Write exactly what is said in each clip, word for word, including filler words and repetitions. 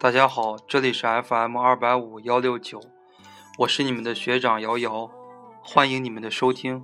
大家好，这里是 F M 二百五幺六九，我是你们的学长瑶瑶，欢迎你们的收听。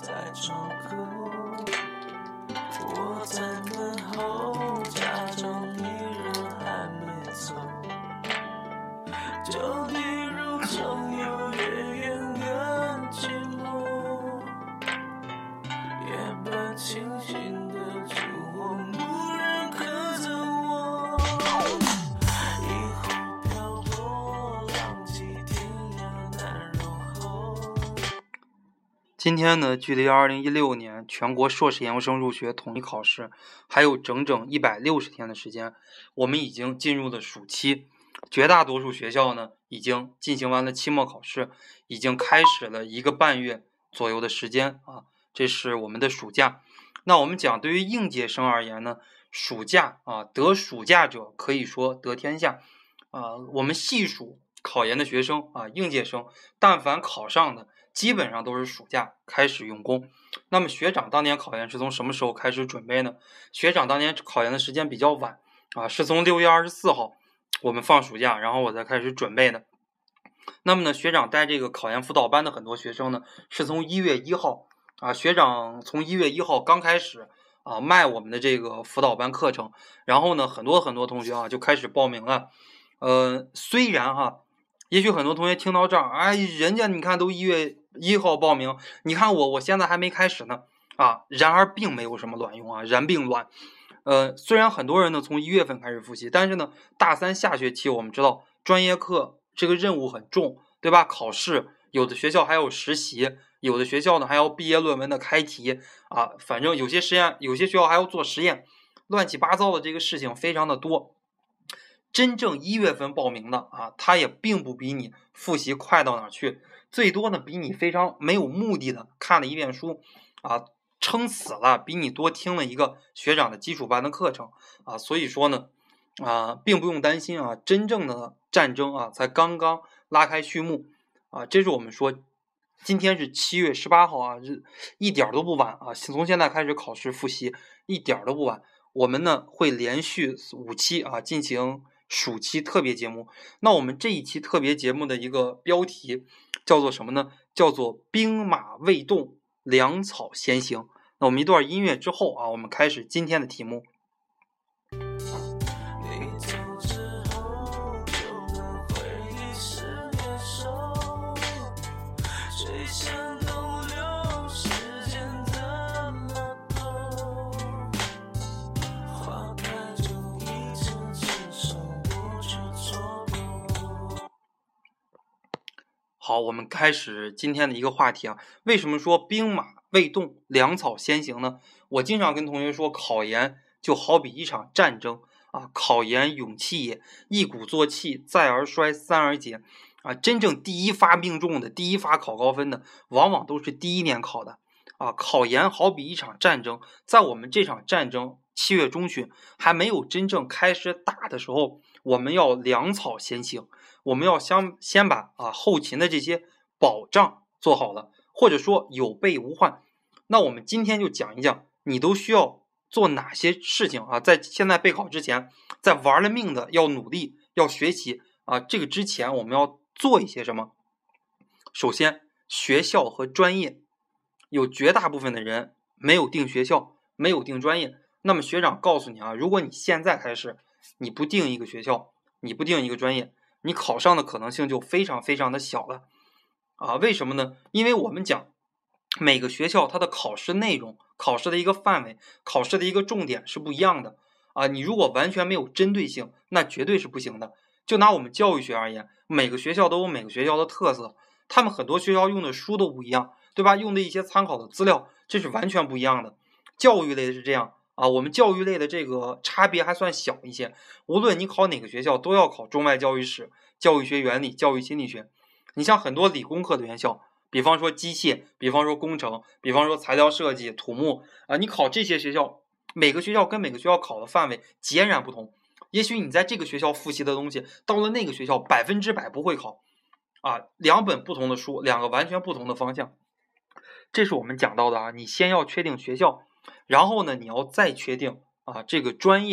今天呢，距离二零一六年全国硕士研究生入学统一考试还有整整一百六十天的时间，我们已经进入了暑期，绝大多数学校呢已经进行完了期末考试，已经开始了一个半月左右的时间啊，这是我们的暑假。那我们讲，对于应届生而言呢，暑假啊，得暑假者可以说得天下啊。我们细数考研的学生啊，应届生，但凡考上的，基本上都是暑假开始用功。那么学长当年考研是从什么时候开始准备呢？学长当年考研的时间比较晚啊，是从六月二十四号我们放暑假，然后我才开始准备的。那么呢，学长带这个考研辅导班的很多学生呢，是从一月一号啊，学长从一月一号刚开始啊卖我们的这个辅导班课程，然后呢，很多很多同学啊就开始报名了。呃，虽然哈、啊。也许很多同学听到这儿，哎，人家你看都一月一号报名，你看我我现在还没开始呢啊！然而并没有什么卵用啊，然并卵。呃，虽然很多人呢从一月份开始复习，但是呢，大三下学期我们知道专业课这个任务很重，对吧？考试有的学校还有实习，有的学校呢还要毕业论文的开题啊，反正有些实验，有些学校还要做实验，乱七八糟的这个事情非常的多。真正一月份报名的啊，他也并不比你复习快到哪去，最多呢比你非常没有目的的看了一遍书啊，撑死了比你多听了一个学长的基础班的课程啊，所以说呢啊，并不用担心啊，真正的战争啊才刚刚拉开序幕啊，这是我们说今天是七月十八号啊，一点都不晚啊，从现在开始考试复习一点都不晚。我们呢会连续五期啊进行暑期特别节目。那我们这一期特别节目的一个标题叫做什么呢？叫做兵马未动，粮草先行。那我们一段音乐之后啊，我们开始今天的题目。好，我们开始今天的一个话题啊。为什么说兵马未动，粮草先行呢？我经常跟同学说，考研就好比一场战争啊，考研勇气也，一鼓作气，再而衰，三而竭啊。真正第一发命中的，第一发考高分的，往往都是第一年考的啊。考研好比一场战争，在我们这场战争七月中旬还没有真正开始打的时候，我们要粮草先行，我们要先先把啊后勤的这些保障做好了，或者说有备无患。那我们今天就讲一讲，你都需要做哪些事情啊？在现在备考之前，在玩了命的要努力要学习啊，这个之前我们要做一些什么？首先，学校和专业，有绝大部分的人没有定学校，没有定专业。那么学长告诉你啊，如果你现在开始你不定一个学校，你不定一个专业，你考上的可能性就非常非常的小了啊！为什么呢？因为我们讲每个学校它的考试内容、考试的一个范围、考试的一个重点是不一样的啊！你如果完全没有针对性，那绝对是不行的。就拿我们教育学而言，每个学校都有每个学校的特色，他们很多学校用的书都不一样，对吧？用的一些参考的资料，这是完全不一样的。教育类是这样啊，我们教育类的这个差别还算小一些。无论你考哪个学校，都要考中外教育史、教育学原理、教育心理学。你像很多理工科的院校，比方说机械，比方说工程，比方说材料设计、土木啊，你考这些学校，每个学校跟每个学校考的范围截然不同。也许你在这个学校复习的东西，到了那个学校百分之百不会考啊，两本不同的书，两个完全不同的方向。这是我们讲到的啊，你先要确定学校，然后呢，你要再确定啊这个专业。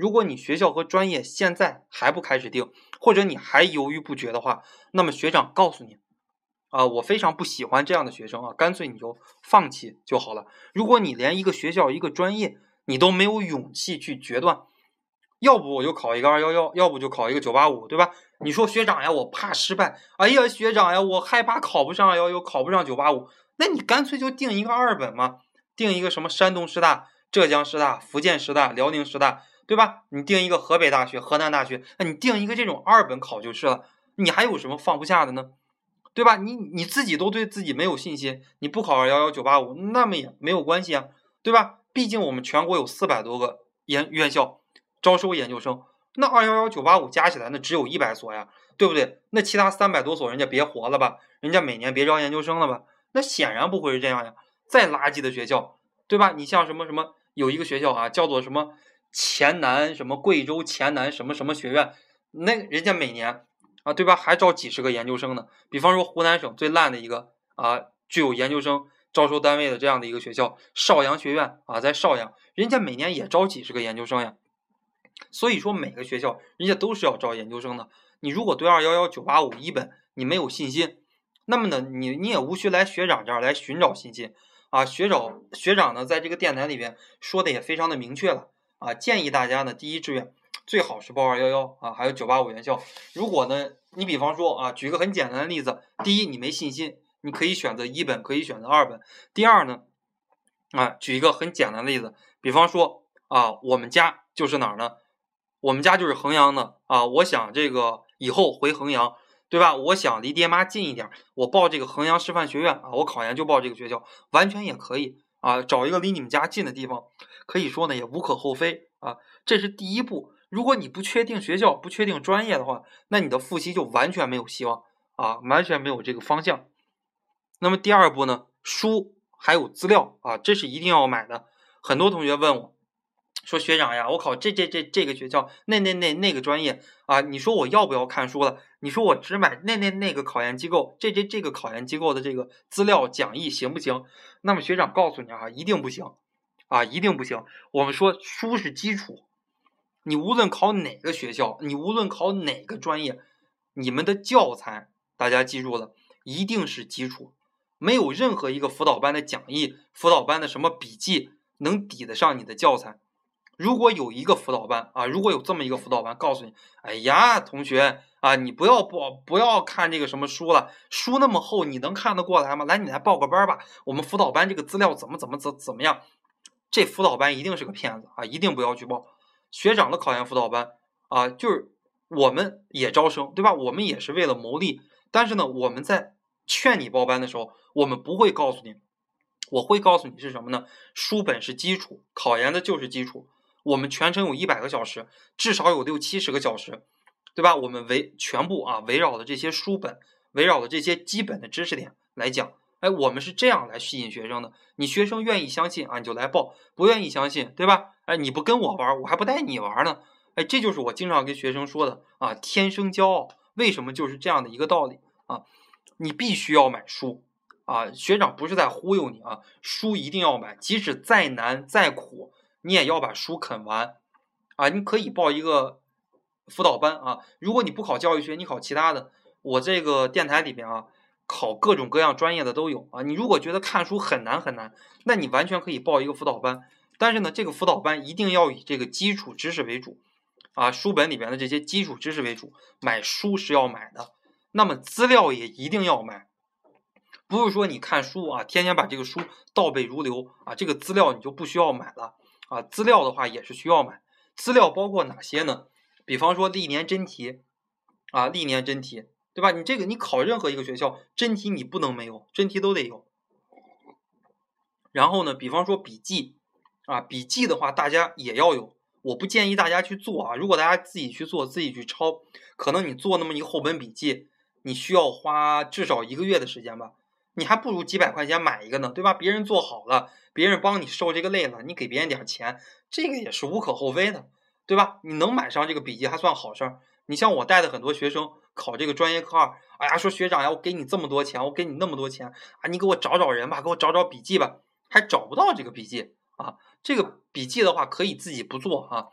如果你学校和专业现在还不开始定，或者你还犹豫不决的话，那么学长告诉你，啊，我非常不喜欢这样的学生啊，干脆你就放弃就好了。如果你连一个学校一个专业你都没有勇气去决断，要不我就考一个二一一，要不就考一个九八五，对吧？你说学长呀，我怕失败，哎呀学长呀，我害怕考不上二一一，考不上九八五，那你干脆就定一个二本嘛，定一个什么山东师大、浙江师大、福建师大、辽宁师大，对吧？你定一个河北大学、河南大学，那你定一个这种二本考就是了，你还有什么放不下的呢？对吧？你你自己都对自己没有信心，你不考二一一、九八五，那么也没有关系啊，对吧？毕竟我们全国有四百多个研院校招收研究生，那二一一、九八五加起来那只有一百所呀，对不对？那其他三百多所人家别活了吧，人家每年别招研究生了吧？那显然不会是这样呀。再垃圾的学校，对吧？你像什么什么有一个学校啊，叫做什么黔南什么贵州黔南什么什么学院，那人家每年啊，对吧？还招几十个研究生呢。比方说湖南省最烂的一个啊，具有研究生招收单位的这样的一个学校，邵阳学院啊，在邵阳，人家每年也招几十个研究生呀。所以说每个学校人家都是要招研究生的。你如果对二一一、九八五一本你没有信心，那么呢，你你也无需来学长这儿来寻找信心啊。学长学长呢，在这个电台里边说的也非常的明确了啊，建议大家呢，第一志愿最好是报二一一啊，还有九八五院校。如果呢，你比方说啊，举个很简单的例子，第一你没信心，你可以选择一本，可以选择二本。第二呢，啊，举一个很简单的例子，比方说啊，我们家就是哪儿呢？我们家就是衡阳的啊，我想这个以后回衡阳，对吧？我想离爹妈近一点，我报这个衡阳师范学院啊，我考研就报这个学校，完全也可以啊。找一个离你们家近的地方，可以说呢也无可厚非啊。这是第一步。如果你不确定学校、不确定专业的话，那你的复习就完全没有希望啊，完全没有这个方向。那么第二步呢，书还有资料啊，这是一定要买的。很多同学问我，说学长呀，我考这这这这个学校，那那那那个专业啊，你说我要不要看书了？你说我只买那那那个考研机构，这这这个考研机构的这个资料讲义行不行？那么学长告诉你啊，一定不行啊，一定不行。我们说书是基础，你无论考哪个学校，你无论考哪个专业，你们的教材大家记住了，一定是基础，没有任何一个辅导班的讲义、辅导班的什么笔记能抵得上你的教材。如果有一个辅导班啊，如果有这么一个辅导班告诉你，哎呀，同学啊，你不要不不要看这个什么书了，书那么厚，你能看得过来吗？来，你来报个班吧，我们辅导班这个资料怎么怎么怎怎么样？这辅导班一定是个骗子啊，一定不要去报。学长的考研辅导班啊，就是我们也招生，对吧？我们也是为了牟利，但是呢，我们在劝你报班的时候，我们不会告诉你，我会告诉你是什么呢？书本是基础，考研的就是基础。我们全程有一百个小时，至少有六七十个小时，对吧？我们围全部啊围绕的这些书本，围绕的这些基本的知识点来讲，哎，我们是这样来吸引学生的。你学生愿意相信啊，你就来报；不愿意相信，对吧？哎，你不跟我玩，我还不带你玩呢。哎，这就是我经常跟学生说的啊，天生骄傲。为什么就是这样的一个道理啊？你必须要买书啊！学长不是在忽悠你啊，书一定要买，即使再难再苦，你也要把书啃完啊！你可以报一个辅导班啊，如果你不考教育学，你考其他的，我这个电台里边啊，考各种各样专业的都有啊。你如果觉得看书很难很难，那你完全可以报一个辅导班，但是呢，这个辅导班一定要以这个基础知识为主啊，书本里边的这些基础知识为主，买书是要买的，那么资料也一定要买。不是说你看书啊，天天把这个书倒背如流啊，这个资料你就不需要买了啊。资料的话也是需要买，资料包括哪些呢？比方说历年真题啊，历年真题，对吧？你这个你考任何一个学校，真题你不能没有，真题都得有。然后呢，比方说笔记啊，笔记的话大家也要有。我不建议大家去做啊，如果大家自己去做，自己去抄，可能你做那么一个厚本笔记，你需要花至少一个月的时间吧。你还不如几百块钱买一个呢，对吧？别人做好了，别人帮你受这个累了，你给别人点钱，这个也是无可厚非的，对吧？你能买上这个笔记还算好事儿。你像我带的很多学生考这个专业课二，哎呀，说学长呀，我给你这么多钱，我给你那么多钱啊，你给我找找人吧，给我找找笔记吧，还找不到这个笔记啊。这个笔记的话可以自己不做啊，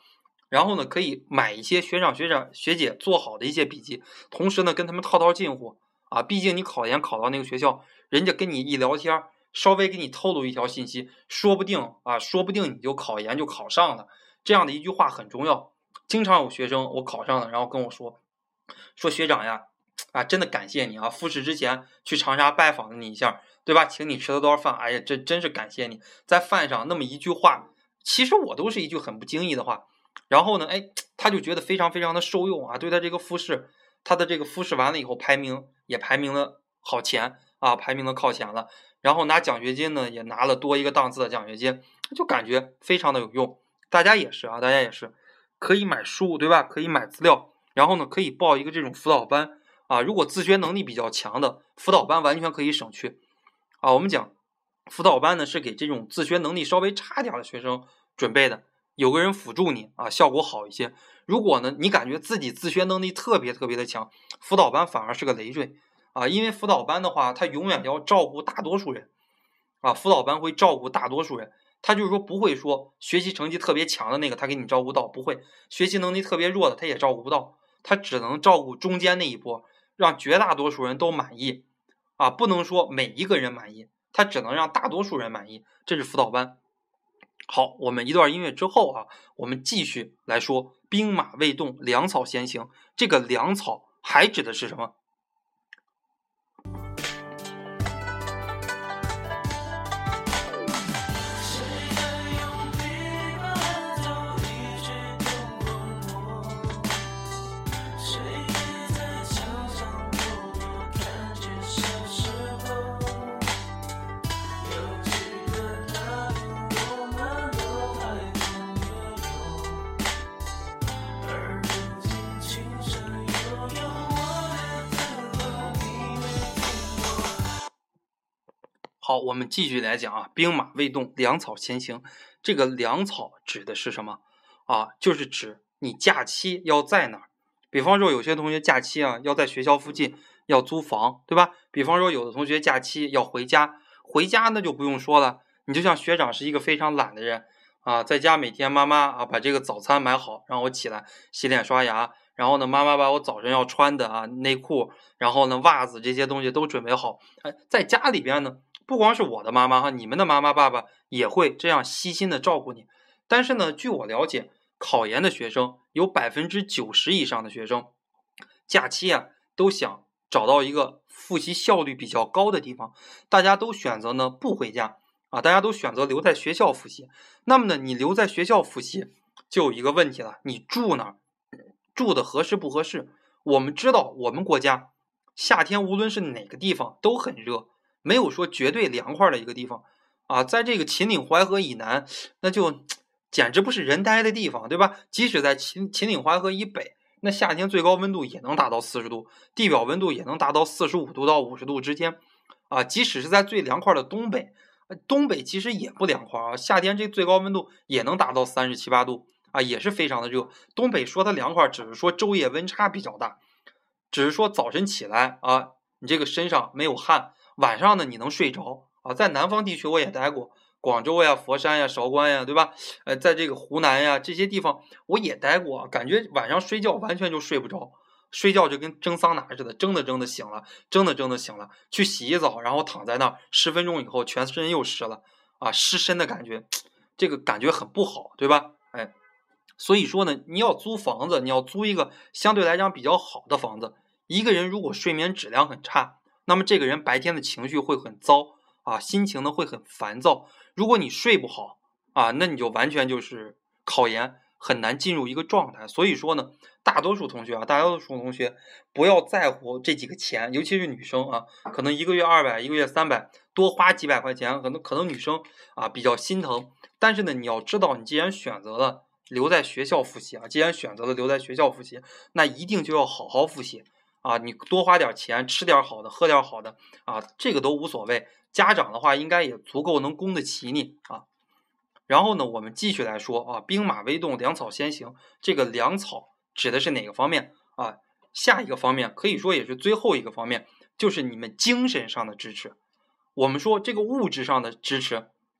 然后呢，可以买一些学长学长学姐做好的一些笔记，同时呢，跟他们套套近乎啊。毕竟你考研考到那个学校，人家跟你一聊天，稍微给你透露一条信息，说不定啊，说不定你就考研就考上了。这样的一句话很重要。经常有学生我考上了，然后跟我说，说学长呀，啊，真的感谢你啊，复试之前去长沙拜访了你一下，对吧？请你吃了多少饭？哎呀，这真是感谢你，在饭上那么一句话，其实我都是一句很不经意的话。然后呢，哎，他就觉得非常非常的受用啊，对他这个复试，他的这个复试完了以后排名也排名了好前啊，排名了靠前了，然后拿奖学金呢也拿了多一个档次的奖学金，就感觉非常的有用。大家也是啊，大家也是可以买书，对吧？可以买资料，然后呢可以报一个这种辅导班啊。如果自学能力比较强的，辅导班完全可以省去啊。我们讲辅导班呢是给这种自学能力稍微差点的学生准备的。有个人辅助你啊，效果好一些。如果呢，你感觉自己自学能力特别特别的强，辅导班反而是个累赘啊。因为辅导班的话，他永远要照顾大多数人啊，辅导班会照顾大多数人。他就是说不会说学习成绩特别强的那个他给你照顾到，不会学习能力特别弱的他也照顾不到，他只能照顾中间那一波，让绝大多数人都满意啊，不能说每一个人满意，他只能让大多数人满意，这是辅导班。好，我们一段音乐之后啊，我们继续来说兵马未动，粮草先行。这个粮草还指的是什么？好，我们继续来讲啊，兵马未动，粮草先行。这个粮草指的是什么啊？就是指你假期要在哪儿。比方说，有些同学假期啊要在学校附近要租房，对吧？比方说，有的同学假期要回家，回家那就不用说了。你就像学长是一个非常懒的人啊，在家每天妈妈啊把这个早餐买好，让我起来洗脸刷牙，然后呢妈妈把我早晨要穿的啊内裤，然后呢袜子这些东西都准备好。哎，在家里边呢。不光是我的妈妈哈，你们的妈妈爸爸也会这样悉心的照顾你。但是呢，据我了解，考研的学生有百分之九十以上的学生，假期啊都想找到一个复习效率比较高的地方，大家都选择呢不回家啊，大家都选择留在学校复习。那么呢，你留在学校复习就有一个问题了，你住哪儿？住的合适不合适？我们知道，我们国家夏天无论是哪个地方都很热。没有说绝对凉快的一个地方啊，在这个秦岭淮河以南，那就简直不是人待的地方，对吧？即使在秦秦岭淮河以北，那夏天最高温度也能达到四十度，地表温度也能达到四十五度到五十度之间啊。即使是在最凉快的东北，东北其实也不凉快啊，夏天这最高温度也能达到三十七八度啊，也是非常的热。东北说它凉快，只是说昼夜温差比较大，只是说早晨起来啊，你这个身上没有汗。晚上呢，你能睡着啊？在南方地区我也待过，广州呀、佛山呀、韶关呀，对吧？呃，在这个湖南呀这些地方我也待过，感觉晚上睡觉完全就睡不着，睡觉就跟蒸桑拿似的，蒸的蒸的醒了，蒸的蒸的醒了，去洗一澡，然后躺在那儿，十分钟以后全身又湿了啊，湿身的感觉，这个感觉很不好，对吧？哎，所以说呢，你要租房子，你要租一个相对来讲比较好的房子。一个人如果睡眠质量很差，那么这个人白天的情绪会很糟啊，心情呢会很烦躁。如果你睡不好啊，那你就完全就是考研很难进入一个状态。所以说呢，大多数同学啊，大多数同学不要在乎这几个钱，尤其是女生啊，可能一个月二百，一个月三百，多花几百块钱，可能可能女生啊比较心疼。但是呢，你要知道，你既然选择了留在学校复习啊，既然选择了留在学校复习，那一定就要好好复习。啊，你多花点钱，吃点好的，喝点好的啊，这个都无所谓。家长的话应该也足够能供得起你啊。然后呢，我们继续来说啊，兵马未动，粮草先行。这个粮草指的是哪个方面啊？下一个方面可以说也是最后一个方面，就是你们精神上的支持。我们说这个物质上的支持，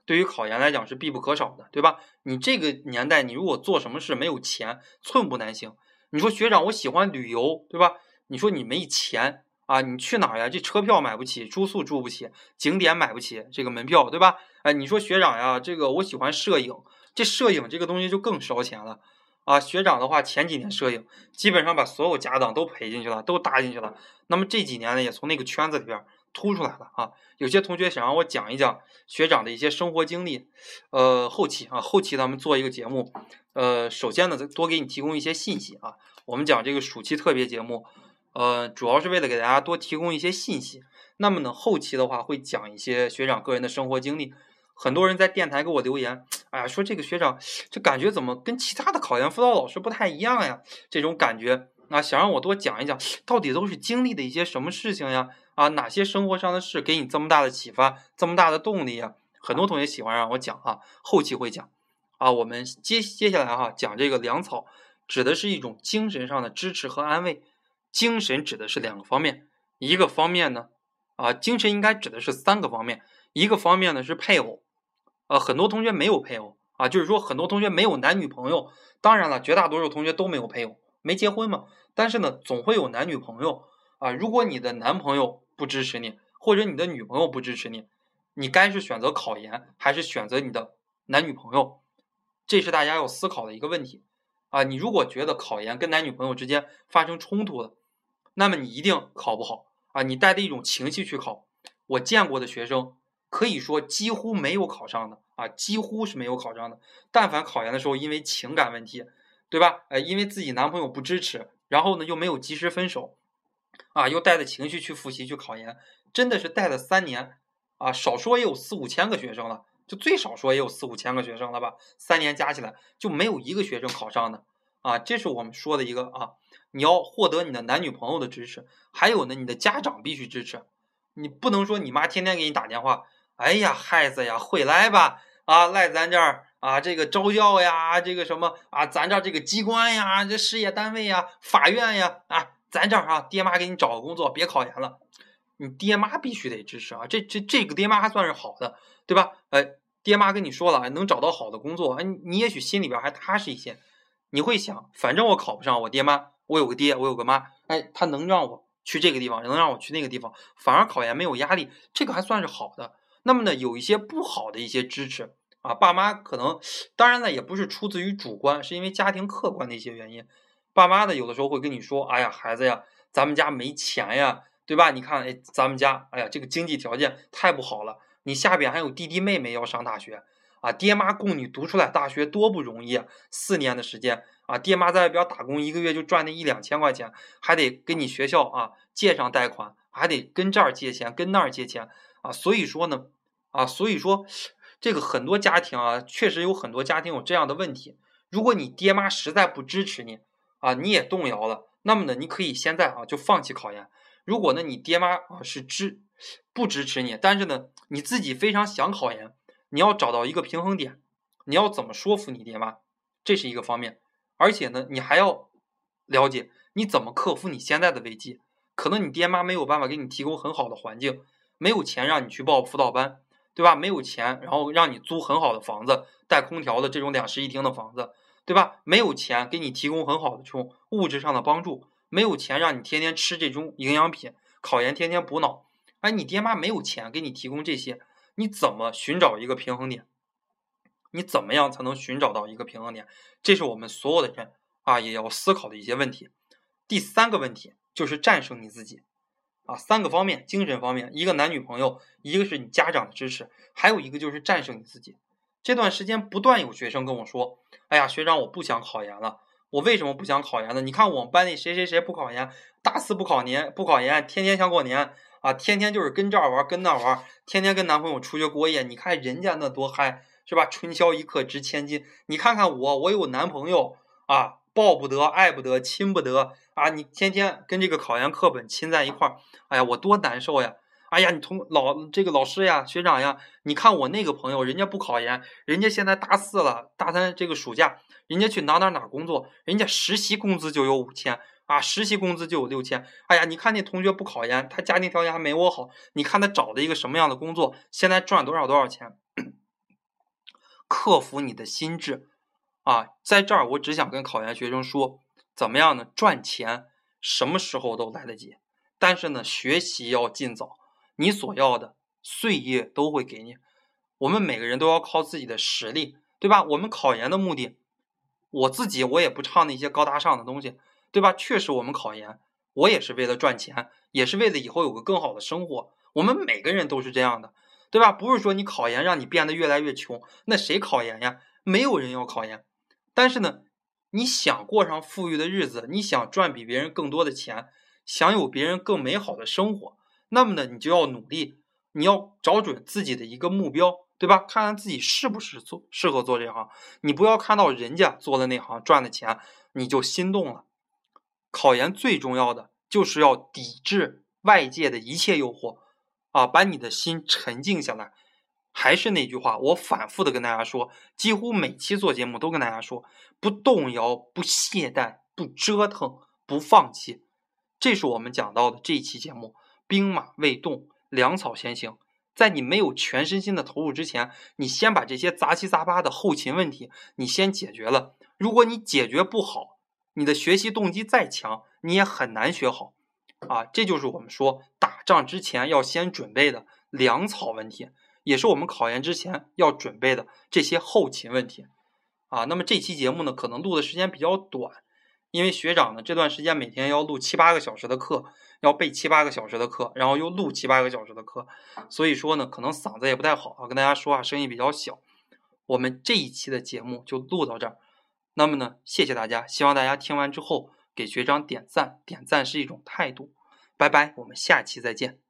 对于考研来讲是必不可少的，对吧？你这个年代，你如果做什么事没有钱，寸步难行。你说学长，我喜欢旅游，对吧？你说你没钱啊，你去哪儿呀？这车票买不起，住宿住不起，景点买不起，这个门票，对吧？哎，你说学长呀，这个我喜欢摄影，这摄影这个东西就更烧钱了啊。学长的话，前几年摄影基本上把所有家当都赔进去了，都搭进去了。那么这几年呢，也从那个圈子里边突出来了啊。有些同学想让我讲一讲学长的一些生活经历，呃，后期啊，后期咱们做一个节目，呃，首先呢，多给你提供一些信息啊。我们讲这个暑期特别节目，呃，主要是为了给大家多提供一些信息。那么呢，后期的话会讲一些学长个人的生活经历。很多人在电台给我留言，哎呀，说这个学长这感觉怎么跟其他的考研辅导老师不太一样呀？这种感觉啊，想让我多讲一讲，到底都是经历的一些什么事情呀？啊，哪些生活上的事给你这么大的启发，这么大的动力呀？很多同学喜欢让我讲啊，后期会讲啊。我们接接下来哈、啊、讲这个粮草，指的是一种精神上的支持和安慰。精神指的是两个方面，一个方面呢，啊，精神应该指的是三个方面，一个方面呢是配偶。呃，很多同学没有配偶啊，就是说很多同学没有男女朋友。当然了，绝大多数同学都没有配偶，没结婚嘛。但是呢，总会有男女朋友啊。如果你的男朋友不支持你，或者你的女朋友不支持你，你该是选择考研，还是选择你的男女朋友？这是大家要思考的一个问题啊。你如果觉得考研跟男女朋友之间发生冲突了，那么你一定考不好啊。你带着一种情绪去考，我见过的学生。可以说几乎没有考上的啊，几乎是没有考上的。但凡考研的时候，因为情感问题，对吧？呃，因为自己男朋友不支持，然后呢又没有及时分手，啊，又带着情绪去复习去考研，真的是带了三年啊，少说也有四五千个学生了，就最少说也有四五千个学生了吧？三年加起来就没有一个学生考上的啊，这是我们说的一个啊，你要获得你的男女朋友的支持，还有呢，你的家长必须支持，你不能说你妈天天给你打电话。哎呀，孩子呀，回来吧！啊，来咱这儿啊，这个招教呀，这个什么啊，咱这儿这个机关呀，这事业单位呀，法院呀，啊，咱这儿啊，爹妈给你找个工作，别考研了。你爹妈必须得支持啊，这这这个爹妈还算是好的，对吧？哎，爹妈跟你说了，能找到好的工作，哎，你也许心里边还踏实一些。你会想，反正我考不上，我爹妈，我有个爹，我有个妈，哎，他能让我去这个地方，能让我去那个地方，反而考研没有压力，这个还算是好的。那么呢，有一些不好的一些支持啊，爸妈可能，当然呢，也不是出自于主观，是因为家庭客观的一些原因。爸妈呢，有的时候会跟你说，哎呀，孩子呀，咱们家没钱呀，对吧？你看，哎，咱们家，哎呀，这个经济条件太不好了，你下边还有弟弟妹妹要上大学啊，爹妈供你读出来大学多不容易啊，四年的时间啊，爹妈在外边打工，一个月就赚那一两千块钱，还得跟你学校啊借上贷款，还得跟这儿借钱，跟那儿借钱。啊，所以说呢，啊，所以说这个很多家庭啊，确实有很多家庭有这样的问题。如果你爹妈实在不支持你，啊，你也动摇了，那么呢，你可以现在啊就放弃考研。如果呢，你爹妈啊是支不支持你，但是呢，你自己非常想考研，你要找到一个平衡点，你要怎么说服你爹妈，这是一个方面。而且呢，你还要了解你怎么克服你现在的危机。可能你爹妈没有办法给你提供很好的环境。没有钱让你去报辅导班，对吧？没有钱，然后让你租很好的房子，带空调的这种两室一厅的房子，对吧？没有钱给你提供很好的这种物质上的帮助，没有钱让你天天吃这种营养品，考研天天补脑。哎，你爹妈没有钱给你提供这些，你怎么寻找一个平衡点？你怎么样才能寻找到一个平衡点？这是我们所有的人啊也要思考的一些问题。第三个问题就是战胜你自己。啊，三个方面，精神方面，一个男女朋友，一个是你家长的支持，还有一个就是战胜你自己。这段时间不断有学生跟我说，哎呀，学长，我不想考研了。我为什么不想考研呢？你看我们班里谁谁谁不考研，大四不考年不考研，天天想过年啊，天天就是跟这儿玩跟那儿玩，天天跟男朋友出去过夜。你看人家那多嗨，是吧？春宵一刻值千金。你看看我，我有男朋友啊，抱不得，爱不得，亲不得啊！你天天跟这个考研课本亲在一块儿。哎呀，我多难受呀！哎呀，你同老这个老师呀、学长呀，你看我那个朋友，人家不考研，人家现在大四了，大三这个暑假，人家去哪哪哪工作，人家实习工资就有五千啊，实习工资就有六千。哎呀，你看那同学不考研，他家庭条件还没我好，你看他找的一个什么样的工作，现在赚多少多少钱？ 克服你的心智啊。在这儿我只想跟考研学生说，怎么样呢？赚钱什么时候都来得及，但是呢，学习要尽早，你所要的岁月都会给你。我们每个人都要靠自己的实力，对吧？我们考研的目的，我自己我也不唱那些高大上的东西，对吧？确实我们考研，我也是为了赚钱，也是为了以后有个更好的生活。我们每个人都是这样的，对吧？不是说你考研让你变得越来越穷，那谁考研呀？没有人要考研。但是呢，你想过上富裕的日子，你想赚比别人更多的钱，想有别人更美好的生活，那么呢，你就要努力，你要找准自己的一个目标，对吧？看看自己是不是做适合做这行。你不要看到人家做的那行赚的钱，你就心动了。考研最重要的就是要抵制外界的一切诱惑啊，把你的心沉静下来。还是那句话，我反复的跟大家说，几乎每期做节目都跟大家说，不动摇，不懈怠，不折腾，不放弃。这是我们讲到的这一期节目，兵马未动，粮草先行。在你没有全身心的投入之前，你先把这些杂七杂八的后勤问题你先解决了。如果你解决不好，你的学习动机再强，你也很难学好啊。这就是我们说打仗之前要先准备的粮草问题，也是我们考研之前要准备的这些后勤问题啊。那么这期节目呢，可能录的时间比较短，因为学长呢这段时间每天要录七八个小时的课，要备七八个小时的课，然后又录七八个小时的课，所以说呢，可能嗓子也不太好啊，跟大家说话声音比较小。我们这一期的节目就录到这儿。那么呢，谢谢大家，希望大家听完之后给学长点赞，点赞是一种态度。拜拜，我们下期再见。